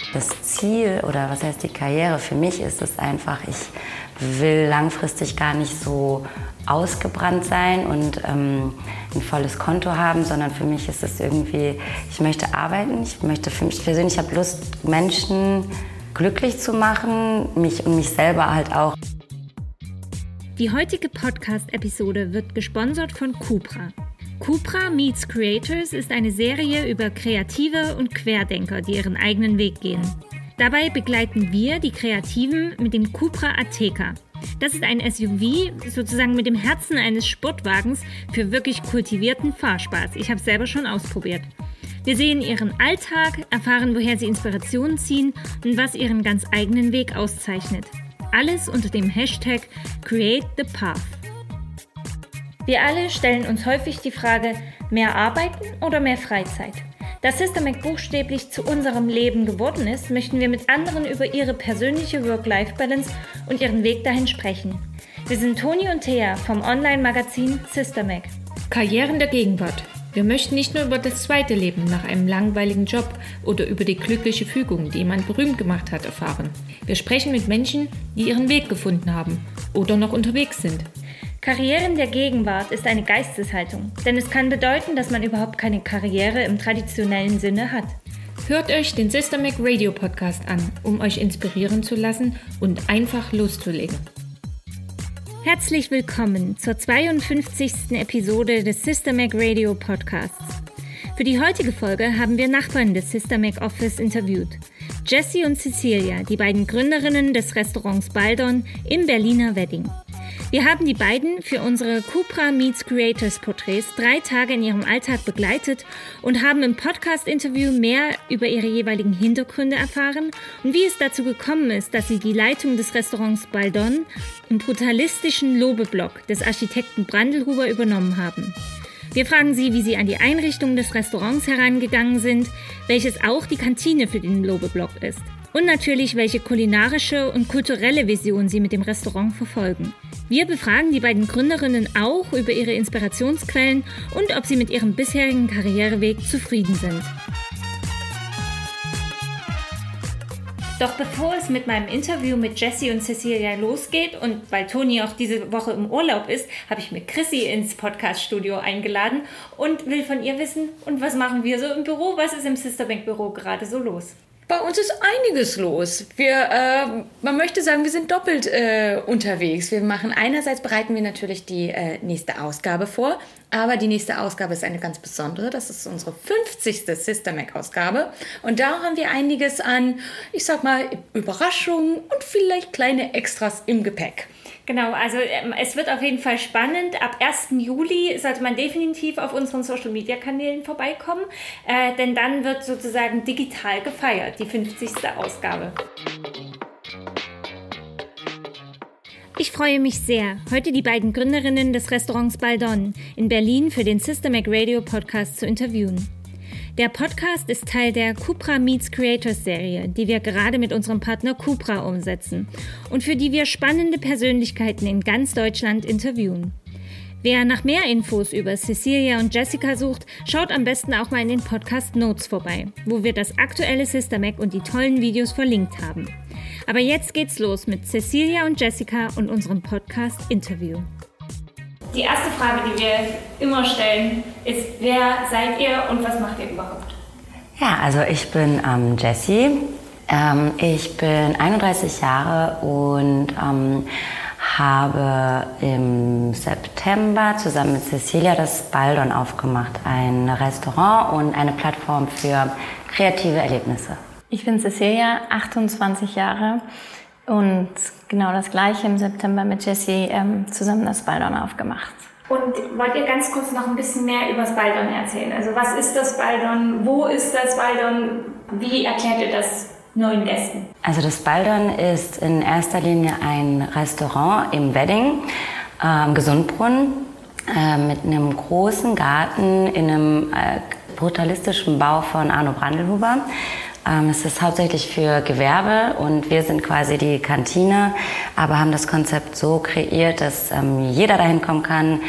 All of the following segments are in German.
Das Ziel oder was heißt die Karriere für mich ist es einfach, ich will langfristig gar nicht so ausgebrannt sein und ein volles Konto haben, sondern für mich ist es irgendwie, ich möchte arbeiten, ich möchte für mich persönlich, ich habe Lust, Menschen glücklich zu machen, mich und mich selber halt auch. Die heutige Podcast-Episode wird gesponsert von Cupra. Cupra Meets Creators ist eine Serie über Kreative und Querdenker, die ihren eigenen Weg gehen. Dabei begleiten wir die Kreativen mit dem Cupra Ateca. Das ist ein SUV, sozusagen mit dem Herzen eines Sportwagens für wirklich kultivierten Fahrspaß. Ich habe es selber schon ausprobiert. Wir sehen ihren Alltag, erfahren, woher sie Inspirationen ziehen und was ihren ganz eigenen Weg auszeichnet. Alles unter dem Hashtag Create the Path. Wir alle stellen uns häufig die Frage, mehr arbeiten oder mehr Freizeit? Da Systemac buchstäblich zu unserem Leben geworden ist, möchten wir mit anderen über ihre persönliche Work-Life-Balance und ihren Weg dahin sprechen. Wir sind Toni und Thea vom Online-Magazin Systemac. Karrieren der Gegenwart. Wir möchten nicht nur über das zweite Leben nach einem langweiligen Job oder über die glückliche Fügung, die jemand berühmt gemacht hat, erfahren. Wir sprechen mit Menschen, die ihren Weg gefunden haben oder noch unterwegs sind. Karrieren der Gegenwart ist eine Geisteshaltung, denn es kann bedeuten, dass man überhaupt keine Karriere im traditionellen Sinne hat. Hört euch den Systemac Radio Podcast an, um euch inspirieren zu lassen und einfach loszulegen. Herzlich willkommen zur 52. Episode des Systemac Radio Podcasts. Für die heutige Folge haben wir Nachbarn des Systemac Office interviewt. Jessie und Cecilia, die beiden Gründerinnen des Restaurants Baldon im Berliner Wedding. Wir haben die beiden für unsere Cupra Meets Creators Porträts 3 Tage in ihrem Alltag begleitet und haben im Podcast-Interview mehr über ihre jeweiligen Hintergründe erfahren und wie es dazu gekommen ist, dass sie die Leitung des Restaurants Baldon im brutalistischen Lobeblock des Architekten Brandlhuber übernommen haben. Wir fragen sie, wie sie an die Einrichtung des Restaurants herangegangen sind, welches auch die Kantine für den Lobeblock ist. Und natürlich, welche kulinarische und kulturelle Vision sie mit dem Restaurant verfolgen. Wir befragen die beiden Gründerinnen auch über ihre Inspirationsquellen und ob sie mit ihrem bisherigen Karriereweg zufrieden sind. Doch bevor es mit meinem Interview mit Jessie und Cecilia losgeht und weil Toni auch diese Woche im Urlaub ist, habe ich mir Chrissy ins Podcast-Studio eingeladen und will von ihr wissen, und was machen wir so im Büro? Was ist im Systemac-Büro gerade so los? Bei uns ist einiges los. Man möchte sagen, wir sind doppelt unterwegs. Einerseits bereiten wir natürlich die nächste Ausgabe vor, aber die nächste Ausgabe ist eine ganz besondere. Das ist unsere 50. Systemac-Ausgabe. Und da haben wir einiges an, ich sag mal, Überraschungen und vielleicht kleine Extras im Gepäck. Genau, also es wird auf jeden Fall spannend. Ab 1. Juli sollte man definitiv auf unseren Social-Media-Kanälen vorbeikommen, denn dann wird sozusagen digital gefeiert, die 50. Ausgabe. Ich freue mich sehr, heute die beiden Gründerinnen des Restaurants Baldon in Berlin für den Systemac Radio Podcast zu interviewen. Der Podcast ist Teil der Cupra Meets Creators Serie, die wir gerade mit unserem Partner Cupra umsetzen und für die wir spannende Persönlichkeiten in ganz Deutschland interviewen. Wer nach mehr Infos über Cecilia und Jessica sucht, schaut am besten auch mal in den Podcast Notes vorbei, wo wir das aktuelle Systemac und die tollen Videos verlinkt haben. Aber jetzt geht's los mit Cecilia und Jessica und unserem Podcast-Interview. Die erste Frage, die wir immer stellen, ist, wer seid ihr und was macht ihr überhaupt? Ja, also ich bin Jessie. Ich bin 31 Jahre und habe im September zusammen mit Cecilia das Baldon aufgemacht. Ein Restaurant und eine Plattform für kreative Erlebnisse. Ich bin Cecilia, 28 Jahre. Und genau das Gleiche im September mit Jessie zusammen das Baldon aufgemacht. Und wollt ihr ganz kurz noch ein bisschen mehr über das Baldon erzählen? Also was ist das Baldon? Wo ist das Baldon? Wie erklärt ihr das neuen Gästen? Also das Baldon ist in erster Linie ein Restaurant im Wedding, Gesundbrunnen, mit einem großen Garten in einem brutalistischen Bau von Arno Brandlhuber. Es ist hauptsächlich für Gewerbe und wir sind quasi die Kantine, aber haben das Konzept so kreiert, dass jeder dahin kommen kann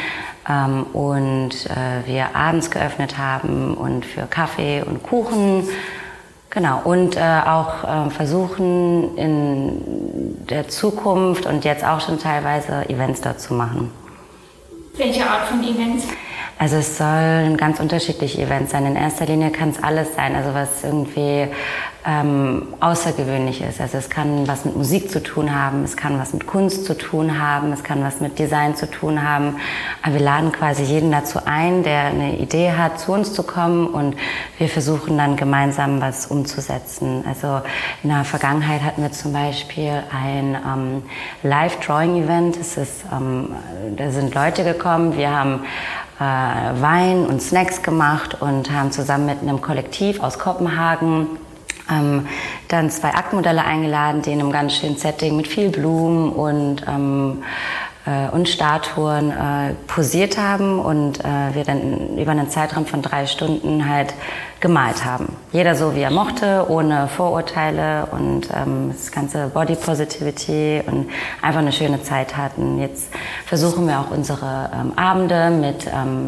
und wir abends geöffnet haben und für Kaffee und Kuchen Genau, und auch versuchen in der Zukunft und jetzt auch schon teilweise Events dort zu machen. Welche Art von Events? Also es sollen ganz unterschiedliche Events sein. In erster Linie kann es alles sein, also was irgendwie außergewöhnlich ist. Also es kann was mit Musik zu tun haben, es kann was mit Kunst zu tun haben, es kann was mit Design zu tun haben. Aber wir laden quasi jeden dazu ein, der eine Idee hat, zu uns zu kommen, und wir versuchen dann gemeinsam was umzusetzen. Also in der Vergangenheit hatten wir zum Beispiel ein Live-Drawing-Event. Da sind Leute gekommen, wir haben Wein und Snacks gemacht und haben zusammen mit einem Kollektiv aus Kopenhagen dann 2 Aktmodelle eingeladen, die in einem ganz schönen Setting mit viel Blumen und Statuen posiert haben, und wir dann über einen Zeitraum von 3 Stunden halt gemalt haben. Jeder so, wie er mochte, ohne Vorurteile, und das ganze Body Positivity, und einfach eine schöne Zeit hatten. Jetzt versuchen wir auch unsere Abende mit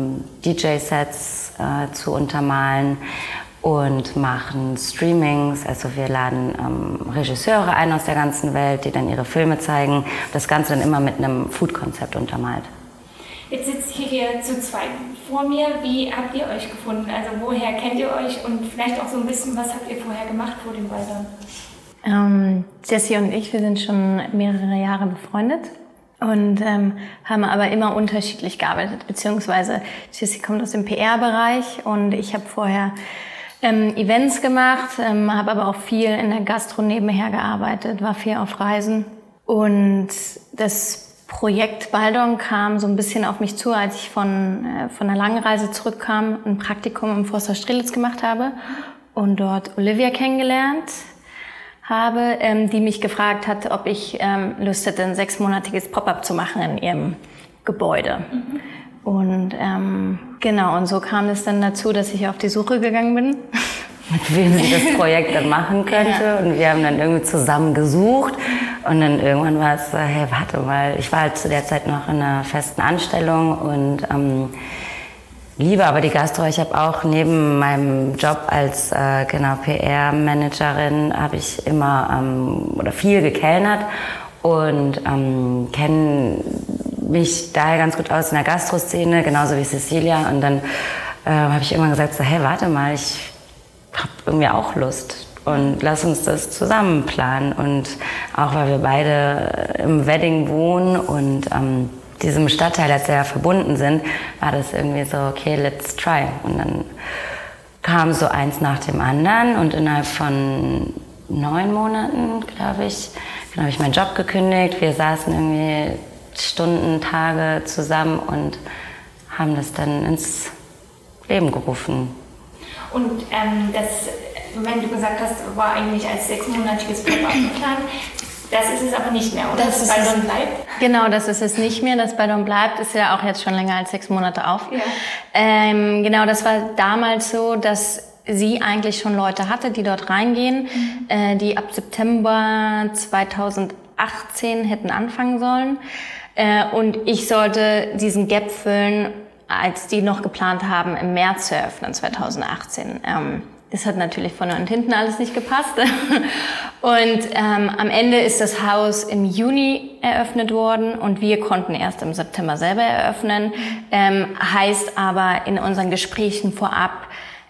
DJ-Sets zu untermalen und machen Streamings. Also wir laden Regisseure ein aus der ganzen Welt, die dann ihre Filme zeigen. Das Ganze dann immer mit einem Food-Konzept untermalt. Jetzt sitzt ihr hier zu zweit vor mir. Wie habt ihr euch gefunden? Also woher kennt ihr euch, und vielleicht auch so ein bisschen, was habt ihr vorher gemacht vor dem Baldon? Jessie und ich, wir sind schon mehrere Jahre befreundet und haben aber immer unterschiedlich gearbeitet. Beziehungsweise Jessie kommt aus dem PR-Bereich und ich habe vorher Events gemacht, habe aber auch viel in der Gastro nebenher gearbeitet, war viel auf Reisen. Und das Projekt Baldon kam so ein bisschen auf mich zu, als ich von einer langen Reise zurückkam, ein Praktikum im Forster Strelitz gemacht habe und dort Olivia kennengelernt habe, die mich gefragt hat, ob ich Lust hätte, ein 6-monatiges Pop-up zu machen in ihrem Gebäude. Mhm. Und genau, und so kam es dann dazu, dass ich auf die Suche gegangen bin. Mit wem sie das Projekt dann machen könnte. Ja. Und wir haben dann irgendwie zusammen gesucht. Und dann irgendwann war es so, hey, warte mal. Ich war halt zu der Zeit noch in einer festen Anstellung und liebe aber die Gastro. Ich habe auch neben meinem Job als PR-Managerin habe ich immer oder viel gekellnert und kenne mich daher ganz gut aus in der Gastro-Szene, genauso wie Cecilia. Und dann habe ich irgendwann gesagt, so, hey, warte mal, ich habe irgendwie auch Lust und lass uns das zusammen planen. Und auch weil wir beide im Wedding wohnen und diesem Stadtteil jetzt sehr verbunden sind, war das irgendwie so, okay, let's try. Und dann kam so eins nach dem anderen, und innerhalb von 9 Monaten, glaube ich, habe ich meinen Job gekündigt. Wir saßen irgendwie Stunden, Tage zusammen und haben das dann ins Leben gerufen. Und wenn du gesagt hast, war eigentlich als 6-monatiges Pop-up geplant, das ist es aber nicht mehr, oder? Das Baldon bleibt? Genau, das ist es nicht mehr. Das Baldon bleibt, ist ja auch jetzt schon länger als 6 Monate auf. Ja. Genau, das war damals so, dass sie eigentlich schon Leute hatte, die dort reingehen, die ab September 2018 hätten anfangen sollen. Und ich sollte diesen Gap füllen, als die noch geplant haben, im März zu eröffnen, 2018. Das hat natürlich vorne und hinten alles nicht gepasst. Und am Ende ist das Haus im Juni eröffnet worden und wir konnten erst im September selber eröffnen. Heißt aber, in unseren Gesprächen vorab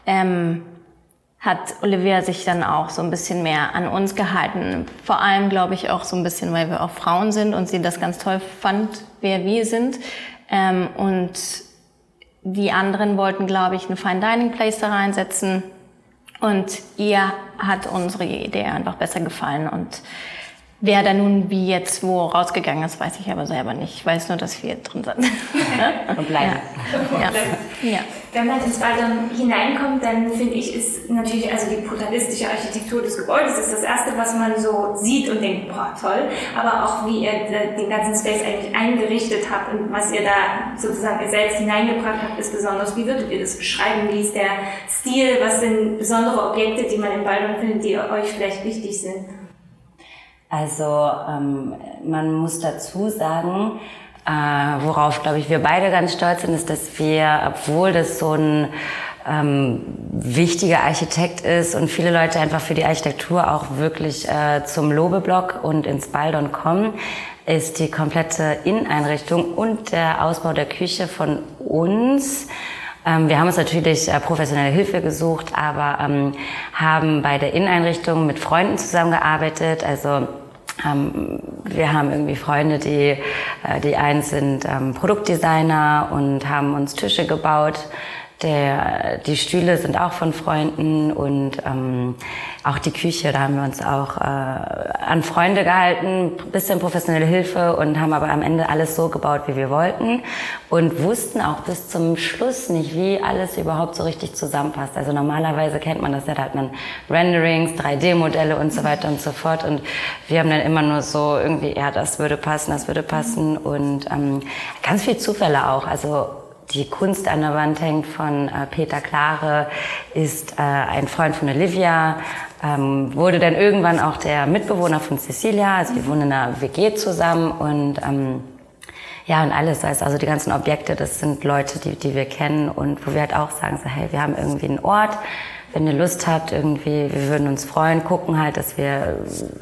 hat Olivia sich dann auch so ein bisschen mehr an uns gehalten. Vor allem, glaube ich, auch so ein bisschen, weil wir auch Frauen sind und sie das ganz toll fand, wer wir sind. Und die anderen wollten, glaube ich, einen Fine Dining Place da reinsetzen. Und ihr hat unsere Idee einfach besser gefallen. Und wer da nun wie jetzt wo rausgegangen ist, weiß ich aber selber nicht. Ich weiß nur, dass wir drin sind. Und bleiben. Ja. Ja. Wenn man ins Baldon hineinkommt, dann finde ich, ist natürlich also die brutalistische Architektur des Gebäudes ist das Erste, was man so sieht und denkt, boah, toll. Aber auch wie ihr den ganzen Space eigentlich eingerichtet habt und was ihr da sozusagen selbst hineingebracht habt, ist besonders. Wie würdet ihr das beschreiben? Wie ist der Stil? Was sind besondere Objekte, die man im Baldon findet, die euch vielleicht wichtig sind? Also man muss dazu sagen, worauf, glaube ich, wir beide ganz stolz sind, ist, dass wir, obwohl das so ein wichtiger Architekt ist und viele Leute einfach für die Architektur auch wirklich zum Lobeblock und ins Baldon kommen, ist die komplette Inneneinrichtung und der Ausbau der Küche von uns. Wir haben uns natürlich professionelle Hilfe gesucht, aber haben bei der Inneneinrichtung mit Freunden zusammengearbeitet. Also wir haben irgendwie Freunde, die einen sind Produktdesigner und haben uns Tische gebaut. Die Stühle sind auch von Freunden und auch die Küche, da haben wir uns auch an Freunde gehalten, bisschen professionelle Hilfe und haben aber am Ende alles so gebaut, wie wir wollten und wussten auch bis zum Schluss nicht, wie alles überhaupt so richtig zusammenpasst. Also normalerweise kennt man das ja, da hat man Renderings, 3D-Modelle und so weiter und so fort und wir haben dann immer nur so irgendwie, ja, das würde passen und ganz viel Zufälle auch, also die Kunst an der Wand hängt von Peter Klare, ist ein Freund von Olivia, wurde dann irgendwann auch der Mitbewohner von Cecilia, also wir wohnen in einer WG zusammen und ja, und alles, also die ganzen Objekte, das sind Leute, die wir kennen und wo wir halt auch sagen, so, hey, wir haben irgendwie einen Ort, wenn ihr Lust habt, irgendwie, wir würden uns freuen, gucken halt, dass wir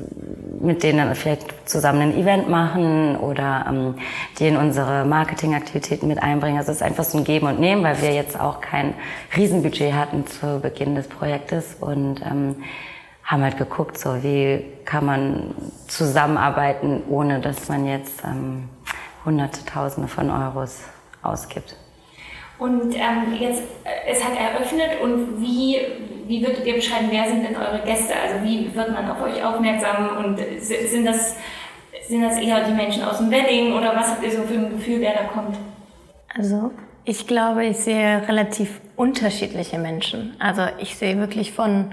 mit denen dann vielleicht zusammen ein Event machen oder die in unsere Marketingaktivitäten mit einbringen. Also es ist einfach so ein Geben und Nehmen, weil wir jetzt auch kein Riesenbudget hatten zu Beginn des Projektes und haben halt geguckt, so wie kann man zusammenarbeiten, ohne dass man jetzt Hunderte, Tausende von Euros ausgibt. Und jetzt, es hat eröffnet und wie würdet ihr beschreiben, wer sind denn eure Gäste? Also wie wird man auf euch aufmerksam und sind das eher die Menschen aus dem Wedding oder was habt ihr so für ein Gefühl, wer da kommt? Also ich glaube, ich sehe relativ unterschiedliche Menschen. Also ich sehe wirklich von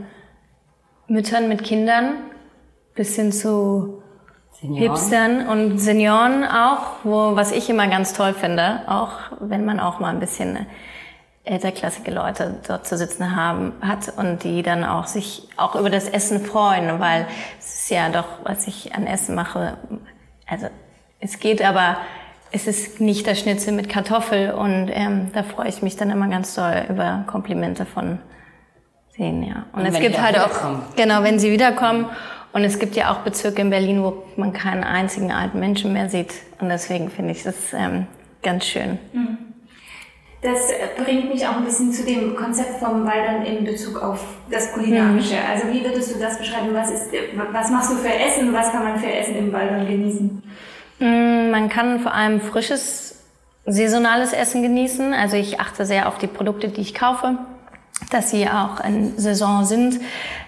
Müttern mit Kindern bis hin zu Senioren. Hipstern und Senioren auch, was ich immer ganz toll finde, auch wenn man auch mal ein bisschen älterklassige Leute dort zu sitzen hat und die dann auch sich auch über das Essen freuen, weil es ist ja doch, was ich an Essen mache, also es geht, aber es ist nicht das Schnitzel mit Kartoffel und da freue ich mich dann immer ganz doll über Komplimente von denen, ja. Und es gibt halt auch, genau, wenn sie wiederkommen. Und es gibt ja auch Bezirke in Berlin, wo man keinen einzigen alten Menschen mehr sieht. Und deswegen finde ich das ganz schön. Das bringt mich auch ein bisschen zu dem Konzept vom Baldon in Bezug auf das Kulinarische. Also wie würdest du das beschreiben? Was machst du für Essen? Was kann man für Essen im Baldon genießen? Man kann vor allem frisches, saisonales Essen genießen. Also ich achte sehr auf die Produkte, die ich kaufe, dass sie auch in Saison sind.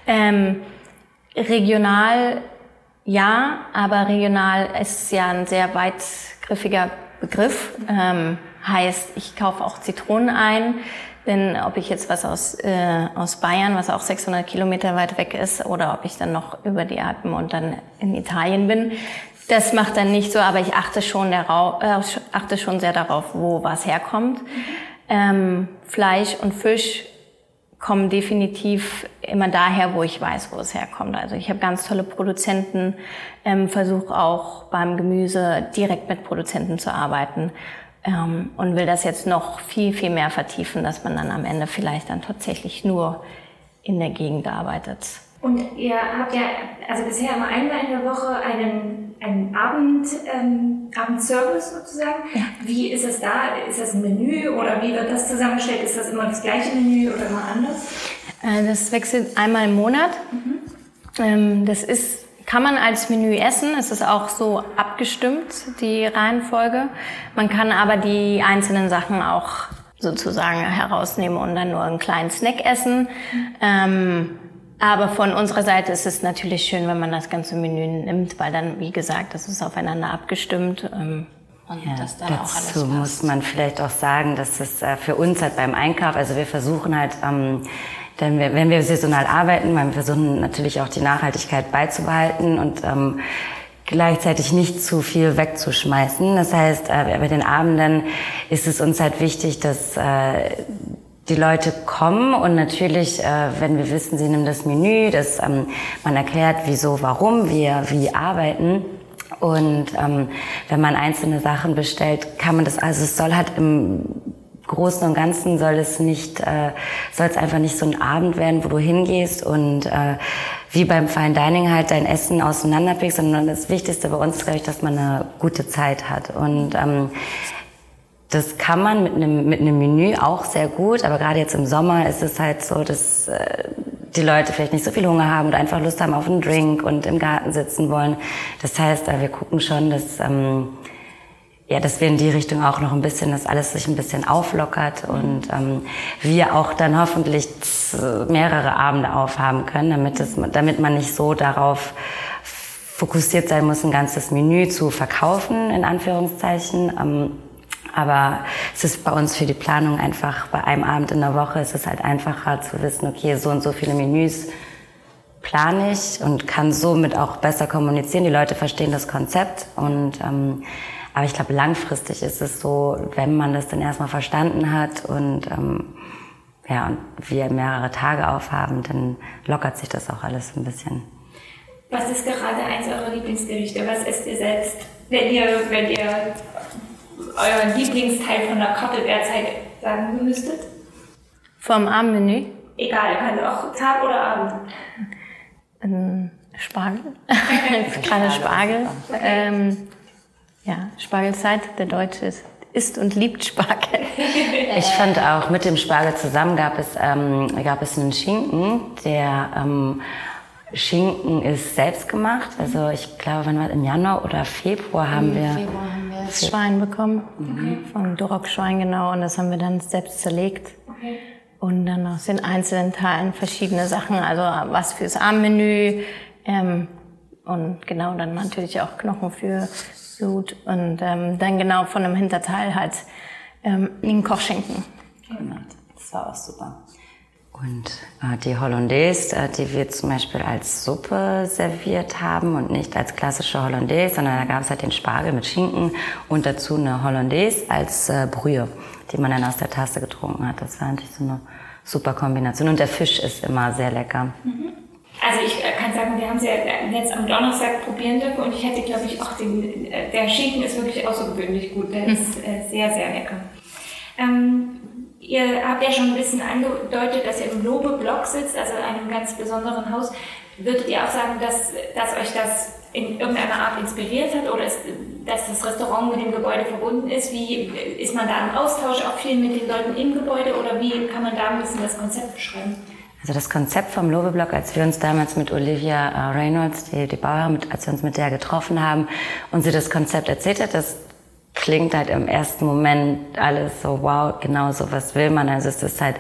Regional ja, aber regional ist ja ein sehr weitgriffiger Begriff. Heißt, ich kaufe auch Zitronen ein, denn ob ich jetzt was aus Bayern, was auch 600 Kilometer weit weg ist, oder ob ich dann noch über die Alpen und dann in Italien bin, das macht dann nicht so, aber ich achte schon sehr darauf, wo was herkommt. Fleisch und Fisch kommen definitiv immer daher, wo ich weiß, wo es herkommt. Also ich habe ganz tolle Produzenten, versuche auch beim Gemüse direkt mit Produzenten zu arbeiten und will das jetzt noch viel, viel mehr vertiefen, dass man dann am Ende vielleicht dann tatsächlich nur in der Gegend arbeitet. Und ihr habt ja also bisher immer einmal in der Woche einen Abendservice sozusagen. Ja. Wie ist es da? Ist das ein Menü oder wie wird das zusammengestellt? Ist das immer das gleiche Menü oder immer anders? Das wechselt einmal im Monat. Kann man als Menü essen. Es ist auch so abgestimmt, die Reihenfolge. Man kann aber die einzelnen Sachen auch sozusagen herausnehmen und dann nur einen kleinen Snack essen. Aber von unserer Seite ist es natürlich schön, wenn man das ganze Menü nimmt, weil dann, wie gesagt, das ist aufeinander abgestimmt. Und ja, dass dann auch alles passt. Muss man vielleicht auch sagen, dass es für uns halt beim Einkauf, also wir versuchen halt, denn wenn wir saisonal arbeiten, wir versuchen natürlich auch die Nachhaltigkeit beizubehalten und gleichzeitig nicht zu viel wegzuschmeißen. Das heißt, bei den Abenden ist es uns halt wichtig, dass die Leute kommen und natürlich, wenn wir wissen, sie nehmen das Menü, dass man erklärt, wieso, warum wir wie arbeiten. Und wenn man einzelne Sachen bestellt, kann man das, also es soll halt im Großen und Ganzen soll es einfach nicht so ein Abend werden, wo du hingehst und wie beim Fine Dining halt dein Essen auseinanderpickst, sondern das Wichtigste bei uns ist, glaube ich, dass man eine gute Zeit hat. Und das kann man mit einem Menü auch sehr gut, aber gerade jetzt im Sommer ist es halt so, dass die Leute vielleicht nicht so viel Hunger haben und einfach Lust haben auf einen Drink und im Garten sitzen wollen. Das heißt, wir gucken schon, dass wir in die Richtung auch noch ein bisschen, dass alles sich ein bisschen auflockert und wir auch dann hoffentlich mehrere Abende aufhaben können, damit man nicht so darauf fokussiert sein muss, ein ganzes Menü zu verkaufen, in Anführungszeichen. Aber es ist bei uns für die Planung einfach, bei einem Abend in der Woche ist es halt einfacher zu wissen, okay, so und so viele Menüs plane ich und kann somit auch besser kommunizieren. Die Leute verstehen das Konzept und aber ich glaube, langfristig ist es so, wenn man das dann erstmal verstanden hat und und wir mehrere Tage aufhaben, dann lockert sich das auch alles ein bisschen. Was ist gerade eins eurer Lieblingsgerichte? Was esst ihr selbst, wenn ihr euren Lieblingsteil von der Kotelbertzeit sagen müsstet? Vom Abendmenü? Egal, also auch Tag oder Abend. Spargel. Gerade Spargel. Okay. Spargelzeit. Der Deutsche isst und liebt Spargel. Ich fand auch, mit dem Spargel zusammen gab es einen Schinken, der Schinken ist selbst gemacht. Also ich glaube, im Januar oder Februar haben wir das Schwein bekommen. Okay. Vom Duroc-Schwein, genau. Und das haben wir dann selbst zerlegt. Okay. Und dann aus den einzelnen Teilen verschiedene Sachen. Also was fürs Abendmenü. Und genau, dann natürlich auch Knochen für Blut. Und dann genau von dem Hinterteil halt den Kochschinken. Genau, das war auch super. Und die Hollandaise, die wir zum Beispiel als Suppe serviert haben und nicht als klassische Hollandaise, sondern da gab es halt den Spargel mit Schinken und dazu eine Hollandaise als Brühe, die man dann aus der Tasse getrunken hat. Das war eigentlich so eine super Kombination. Und der Fisch ist immer sehr lecker. Mhm. Also ich kann sagen, wir haben sie jetzt am Donnerstag probieren dürfen und ich hätte, glaube ich, auch der Schinken ist wirklich außergewöhnlich gut. Der ist sehr, sehr lecker. Ihr habt ja schon ein bisschen angedeutet, dass ihr im Lobe-Block sitzt, also einem ganz besonderen Haus. Würdet ihr auch sagen, dass euch das in irgendeiner Art inspiriert hat oder dass das Restaurant mit dem Gebäude verbunden ist? Wie ist man da im Austausch auch viel mit den Leuten im Gebäude oder wie kann man da ein bisschen das Konzept beschreiben? Also das Konzept vom Lobe-Block, als wir uns damals mit Olivia Reynolds, die Bauherrin, als wir uns mit der getroffen haben und sie das Konzept erzählt hat, das klingt halt im ersten Moment alles so, wow, genau so, was will man? Also es ist halt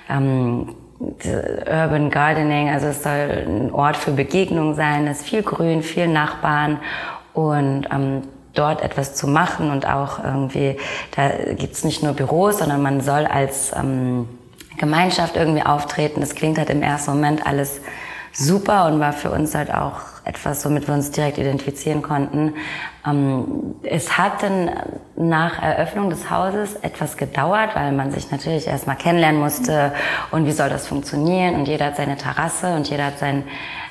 Urban Gardening, also es soll ein Ort für Begegnung sein, es ist viel Grün, viel Nachbarn und dort etwas zu machen und auch irgendwie, da gibt's nicht nur Büros, sondern man soll als Gemeinschaft irgendwie auftreten. Das klingt halt im ersten Moment alles super und war für uns halt auch etwas, womit wir uns direkt identifizieren konnten. Es hat dann nach Eröffnung des Hauses etwas gedauert, weil man sich natürlich erstmal kennenlernen musste und wie soll das funktionieren und jeder hat seine Terrasse und jeder hat sein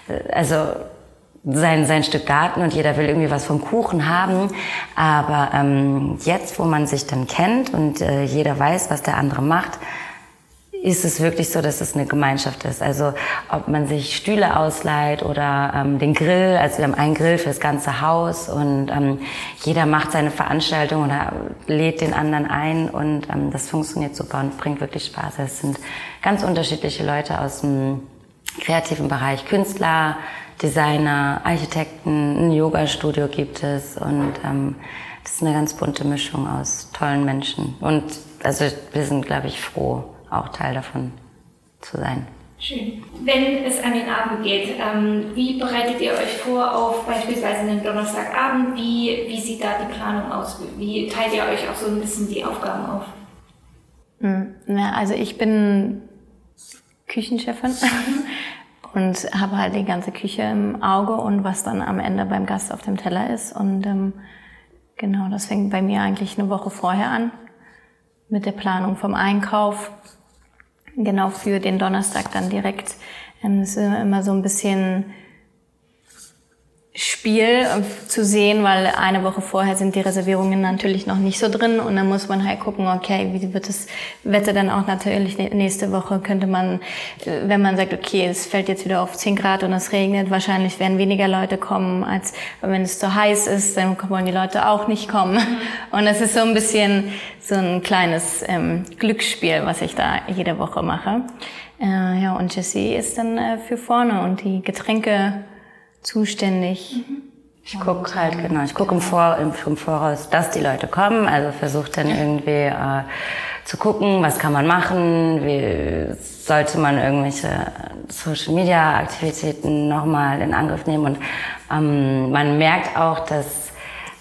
Stück Garten und jeder will irgendwie was vom Kuchen haben. Aber jetzt, wo man sich dann kennt und jeder weiß, was der andere macht, ist es wirklich so, dass es eine Gemeinschaft ist. Also ob man sich Stühle ausleiht oder den Grill, also wir haben einen Grill für das ganze Haus und jeder macht seine Veranstaltung oder lädt den anderen ein und das funktioniert super und bringt wirklich Spaß. Es sind ganz unterschiedliche Leute aus dem kreativen Bereich, Künstler, Designer, Architekten, ein Yoga-Studio gibt es und das ist eine ganz bunte Mischung aus tollen Menschen und also wir sind, glaube ich, froh, auch Teil davon zu sein. Schön. Wenn es an den Abend geht, wie bereitet ihr euch vor auf beispielsweise einen Donnerstagabend? Wie sieht da die Planung aus? Wie teilt ihr euch auch so ein bisschen die Aufgaben auf? Also ich bin Küchenchefin und habe halt die ganze Küche im Auge und was dann am Ende beim Gast auf dem Teller ist. Und genau, das fängt bei mir eigentlich eine Woche vorher an mit der Planung vom Einkauf. Genau für den Donnerstag dann direkt. Es ist immer so ein bisschen Spiel zu sehen, weil eine Woche vorher sind die Reservierungen natürlich noch nicht so drin und dann muss man halt gucken, okay, wie wird das Wetter dann auch natürlich nächste Woche, könnte man, wenn man sagt, okay, es fällt jetzt wieder auf 10 Grad und es regnet, wahrscheinlich werden weniger Leute kommen, als wenn es zu heiß ist, dann wollen die Leute auch nicht kommen. Und es ist so ein bisschen so ein kleines Glücksspiel, was ich da jede Woche mache. Ja, und Jessie ist dann für vorne und die Getränke zuständig. Ich gucke im Voraus, dass die Leute kommen, also versuche dann irgendwie zu gucken, was kann man machen, wie sollte man irgendwelche Social-Media-Aktivitäten nochmal in Angriff nehmen und man merkt auch, dass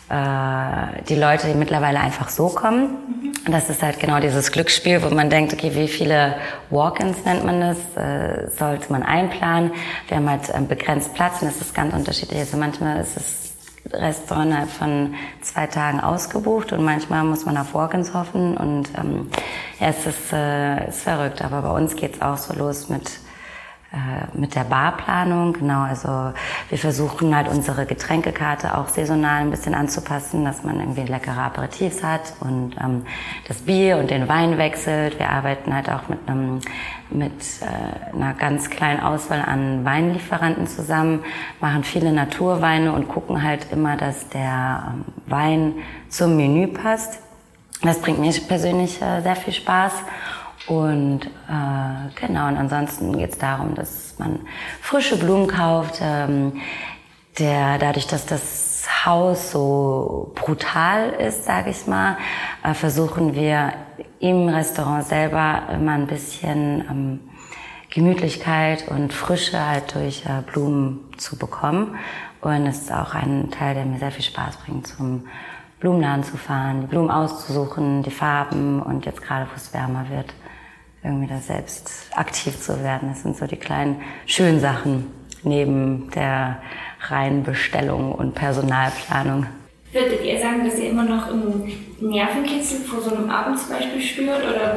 die Leute mittlerweile einfach so kommen. Das ist halt genau dieses Glücksspiel, wo man denkt, okay, wie viele Walk-ins nennt man das, sollte man einplanen. Wir haben halt begrenzt Platz und das ist ganz unterschiedlich. Also manchmal ist das Restaurant halt von 2 Tagen ausgebucht und manchmal muss man auf Walk-ins hoffen und ja, es ist verrückt. Aber bei uns geht's auch so los mit der Barplanung, genau, also wir versuchen halt unsere Getränkekarte auch saisonal ein bisschen anzupassen, dass man irgendwie leckere Aperitifs hat und das Bier und den Wein wechselt. Wir arbeiten halt auch mit einer ganz kleinen Auswahl an Weinlieferanten zusammen, machen viele Naturweine und gucken halt immer, dass der Wein zum Menü passt. Das bringt mir persönlich sehr viel Spaß. Und genau, und ansonsten geht es darum, dass man frische Blumen kauft. Dadurch, dass das Haus so brutal ist, sage ich mal, versuchen wir im Restaurant selber immer ein bisschen Gemütlichkeit und Frische halt durch Blumen zu bekommen. Und es ist auch ein Teil, der mir sehr viel Spaß bringt, zum Blumenladen zu fahren, die Blumen auszusuchen, die Farben und jetzt gerade, wo es wärmer wird, irgendwie da selbst aktiv zu werden. Das sind so die kleinen schönen Sachen neben der reinen Bestellung und Personalplanung. Würdet ihr sagen, dass ihr immer noch einen Nervenkitzel vor so einem Abend zum Beispiel spürt? Oder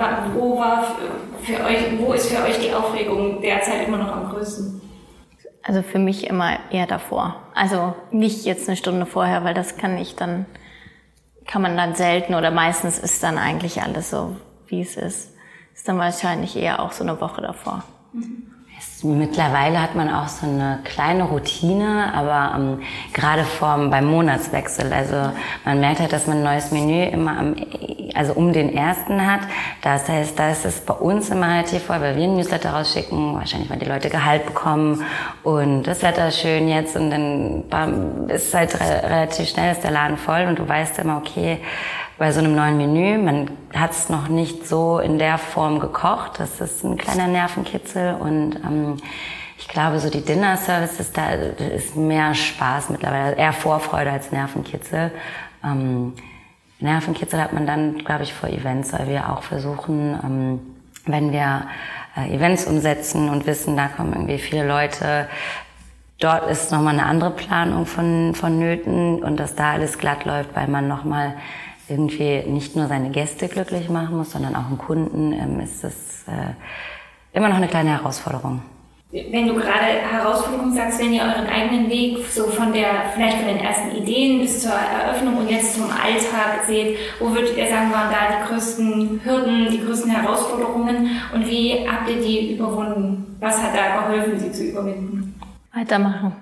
wo ist für euch die Aufregung derzeit immer noch am größten? Also für mich immer eher davor. Also nicht jetzt eine Stunde vorher, weil das kann man dann selten oder meistens ist dann eigentlich alles so, wie es ist. Ist dann wahrscheinlich eher auch so eine Woche davor. Mittlerweile hat man auch so eine kleine Routine, aber gerade beim Monatswechsel, also man merkt halt, dass man ein neues Menü immer um den 1. hat. Das heißt, da ist es bei uns immer relativ voll, weil wir ein Newsletter rausschicken, wahrscheinlich weil die Leute Gehalt bekommen und das Wetter ist schön jetzt und dann ist halt relativ schnell ist der Laden voll und du weißt immer, okay, bei so einem neuen Menü, man hat es noch nicht so in der Form gekocht. Das ist ein kleiner Nervenkitzel und ich glaube, so die Dinner-Services, da ist mehr Spaß mittlerweile, eher Vorfreude als Nervenkitzel. Nervenkitzel hat man dann, glaube ich, vor Events, weil wir auch versuchen, wenn wir Events umsetzen und wissen, da kommen irgendwie viele Leute, dort ist nochmal eine andere Planung vonnöten und dass da alles glatt läuft, weil man nochmal irgendwie nicht nur seine Gäste glücklich machen muss, sondern auch einen Kunden, ist das immer noch eine kleine Herausforderung. Wenn du gerade Herausforderung sagst, wenn ihr euren eigenen Weg so vielleicht von den ersten Ideen bis zur Eröffnung und jetzt zum Alltag seht, wo würdet ihr sagen, waren da die größten Hürden, die größten Herausforderungen und wie habt ihr die überwunden? Was hat da geholfen, sie zu überwinden? Weitermachen.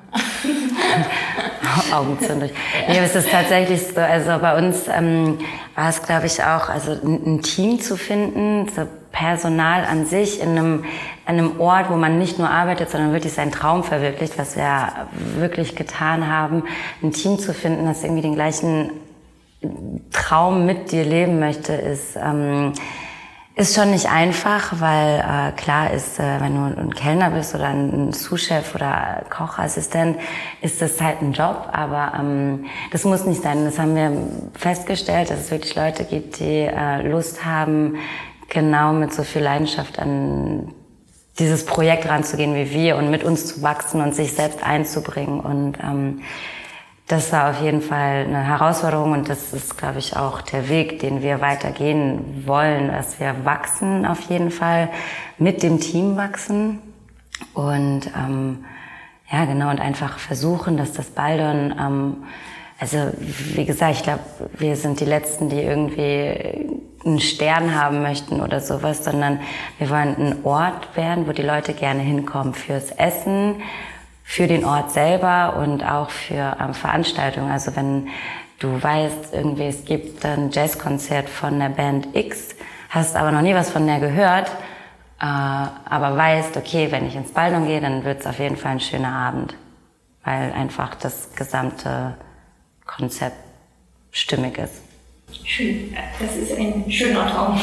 Augen zu durch. Nee, es ist tatsächlich so, also bei uns war es, glaube ich, auch, also ein Team zu finden, so Personal an sich an einem Ort, wo man nicht nur arbeitet, sondern wirklich seinen Traum verwirklicht, was wir wirklich getan haben, ein Team zu finden, das irgendwie den gleichen Traum mit dir leben möchte, ist schon nicht einfach, weil klar ist, wenn du ein Kellner bist oder ein Sous-Chef oder Kochassistent, ist das halt ein Job, aber das muss nicht sein. Das haben wir festgestellt, dass es wirklich Leute gibt, die Lust haben, genau mit so viel Leidenschaft an dieses Projekt ranzugehen wie wir und mit uns zu wachsen und sich selbst einzubringen und das war auf jeden Fall eine Herausforderung und das ist, glaube ich, auch der Weg, den wir weitergehen wollen, dass wir wachsen auf jeden Fall, mit dem Team wachsen und Ja, genau, und einfach versuchen, dass das Baldon, also wie gesagt, ich glaube, wir sind die Letzten, die irgendwie einen Stern haben möchten oder sowas, sondern wir wollen ein Ort werden, wo die Leute gerne hinkommen fürs Essen, für den Ort selber und auch für Veranstaltungen. Also wenn du weißt, irgendwie es gibt ein Jazzkonzert von der Band X, hast aber noch nie was von der gehört, aber weißt, okay, wenn ich ins Baldon gehe, dann wird es auf jeden Fall ein schöner Abend, weil einfach das gesamte Konzept stimmig ist. Schön, das ist ein schöner Traum.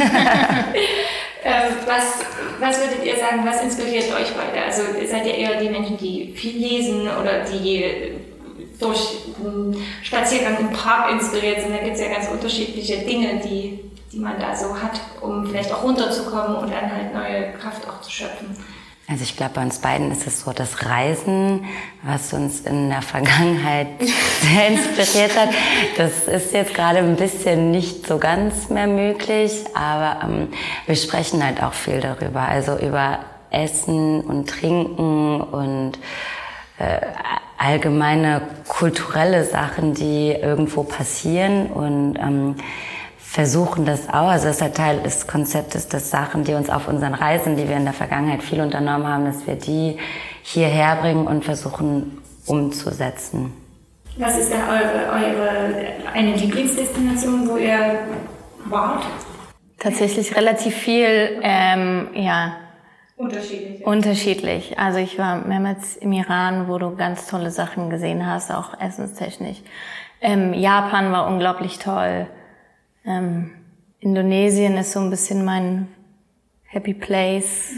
Was würdet ihr sagen, was inspiriert euch beide? Also seid ihr eher die Menschen, die viel lesen oder die durch einen Spaziergang im Park inspiriert sind? Da gibt es ja ganz unterschiedliche Dinge, die man da so hat, um vielleicht auch runterzukommen und dann halt neue Kraft auch zu schöpfen. Also ich glaube, bei uns beiden ist es so, das Reisen, was uns in der Vergangenheit sehr inspiriert hat, das ist jetzt gerade ein bisschen nicht so ganz mehr möglich, aber wir sprechen halt auch viel darüber, also über Essen und Trinken und allgemeine kulturelle Sachen, die irgendwo passieren und versuchen das auch, also das ist halt Teil des Konzeptes, dass Sachen, die uns auf unseren Reisen, die wir in der Vergangenheit viel unternommen haben, dass wir die hierher bringen und versuchen umzusetzen. Was ist da eine Lieblingsdestination, wo ihr wart? Tatsächlich relativ viel, Unterschiedlich. Also ich war mehrmals im Iran, wo du ganz tolle Sachen gesehen hast, auch essenstechnisch. Japan war unglaublich toll. Indonesien ist so ein bisschen mein Happy Place.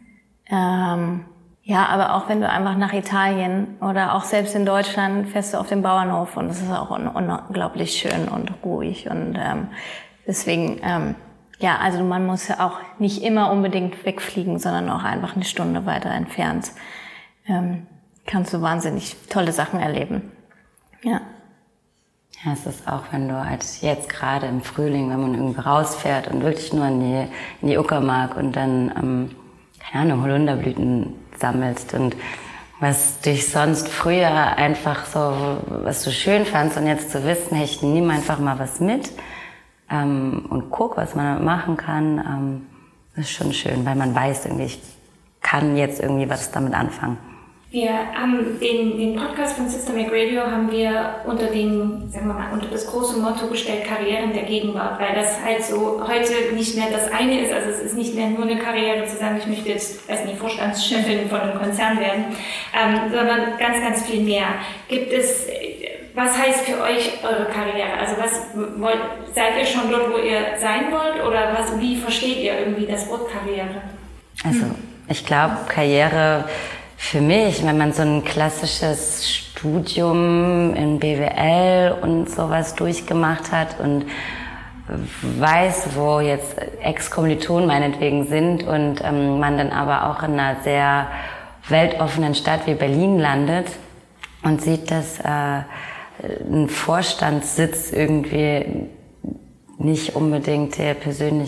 Aber auch wenn du einfach nach Italien oder auch selbst in Deutschland fährst du auf den Bauernhof und es ist auch unglaublich schön und ruhig und deswegen, also man muss ja auch nicht immer unbedingt wegfliegen, sondern auch einfach eine Stunde weiter entfernt kannst du wahnsinnig tolle Sachen erleben. Ja. Ja, es ist auch, wenn du als jetzt gerade im Frühling, wenn man irgendwie rausfährt und wirklich nur in die Uckermark und dann, Holunderblüten sammelst und was dich sonst früher einfach so, was du schön fandst und jetzt zu wissen, hey, ich nehme einfach mal was mit und guck, was man damit machen kann, ist schon schön, weil man weiß irgendwie, ich kann jetzt irgendwie was damit anfangen. Wir haben den Podcast von Systematic Radio haben wir unter das große Motto gestellt, Karrieren der Gegenwart, weil das halt so heute nicht mehr das eine ist, also es ist nicht mehr nur eine Karriere zu sagen, ich möchte jetzt, Vorstandschefin von einem Konzern werden, sondern ganz, ganz viel mehr. Was heißt für euch eure Karriere? Also seid ihr schon dort, wo ihr sein wollt oder wie versteht ihr irgendwie das Wort Karriere? Also, ich glaube, Karriere für mich, wenn man so ein klassisches Studium in BWL und sowas durchgemacht hat und weiß, wo jetzt Ex-Kommilitonen meinetwegen sind und man dann aber auch in einer sehr weltoffenen Stadt wie Berlin landet und sieht, dass ein Vorstandssitz irgendwie nicht unbedingt das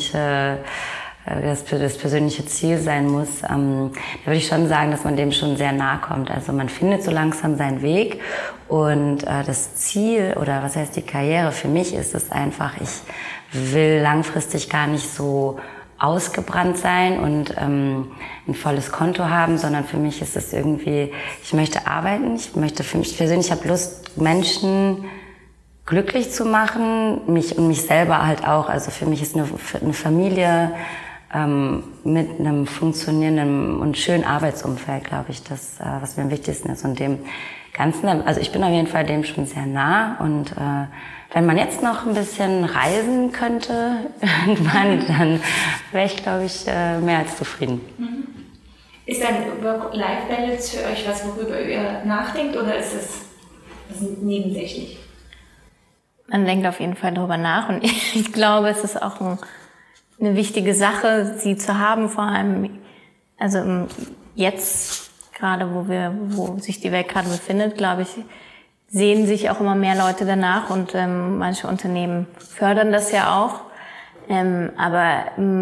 persönliche Ziel sein muss, da würde ich schon sagen, dass man dem schon sehr nahe kommt. Also man findet so langsam seinen Weg und das Ziel oder was heißt die Karriere für mich ist es einfach, ich will langfristig gar nicht so ausgebrannt sein und ein volles Konto haben, sondern für mich ist es irgendwie, ich möchte arbeiten, für mich persönlich, ich habe Lust, Menschen glücklich zu machen, mich und mich selber halt auch. Also für mich ist eine Familie mit einem funktionierenden und schönen Arbeitsumfeld, glaube ich, das, was mir am wichtigsten ist. Und dem Ganzen, also ich bin auf jeden Fall dem schon sehr nah. Und wenn man jetzt noch ein bisschen reisen könnte, irgendwann, dann wäre ich, glaube ich, mehr als zufrieden. Ist dann Work-Life-Balance für euch was, worüber ihr nachdenkt, oder ist das nebensächlich? Man denkt auf jeden Fall darüber nach und ich glaube, es ist auch eine wichtige Sache, sie zu haben, vor allem, also jetzt gerade, wo sich die Welt gerade befindet, glaube ich, sehen sich auch immer mehr Leute danach und manche Unternehmen fördern das ja auch.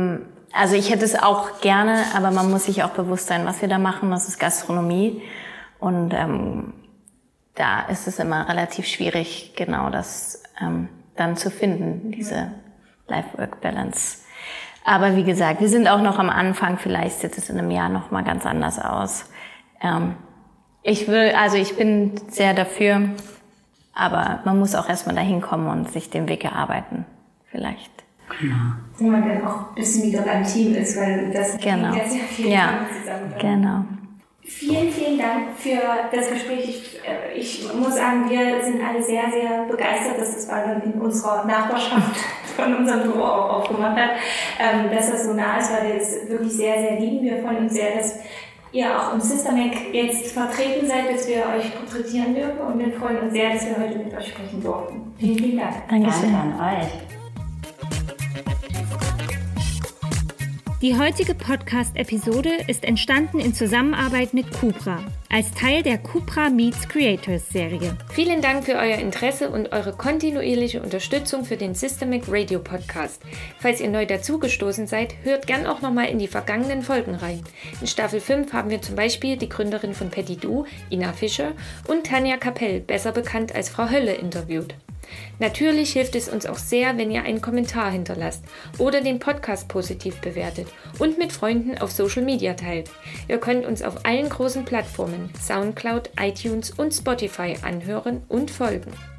Also ich hätte es auch gerne, aber man muss sich auch bewusst sein, was wir da machen, das ist Gastronomie Und da ist es immer relativ schwierig, genau das dann zu finden, diese Life-Work-Balance. Aber wie gesagt, wir sind auch noch am Anfang, vielleicht sieht es in einem Jahr noch mal ganz anders aus. Ich bin sehr dafür, aber man muss auch erstmal dahin kommen und sich den Weg erarbeiten, vielleicht. Genau. Wo man dann auch ein bisschen wieder beim Team ist, weil das genau. Ja sehr viel zusammen. Genau. Vielen, vielen Dank für das Gespräch. Ich muss sagen, wir sind alle sehr, sehr begeistert, dass das Ballon in unserer Nachbarschaft von unserem Büro auch aufgemacht hat, dass das so nah ist, weil wir es wirklich sehr, sehr lieben. Wir freuen uns sehr, dass ihr auch im SisterMac jetzt vertreten seid, dass wir euch porträtieren dürfen, und wir freuen uns sehr, dass wir heute mit euch sprechen durften. Vielen, vielen Dank. Dankeschön. Danke an euch. Die heutige Podcast-Episode ist entstanden in Zusammenarbeit mit Cupra, als Teil der Cupra Meets Creators Serie. Vielen Dank für euer Interesse und eure kontinuierliche Unterstützung für den SisterMac Radio Podcast. Falls ihr neu dazugestoßen seid, hört gern auch nochmal in die vergangenen Folgen rein. In Staffel 5 haben wir zum Beispiel die Gründerin von Petit-Du, Ina Fischer, und Tanja Kapell, besser bekannt als Frau Hölle, interviewt. Natürlich hilft es uns auch sehr, wenn ihr einen Kommentar hinterlasst oder den Podcast positiv bewertet und mit Freunden auf Social Media teilt. Ihr könnt uns auf allen großen Plattformen Soundcloud, iTunes und Spotify anhören und folgen.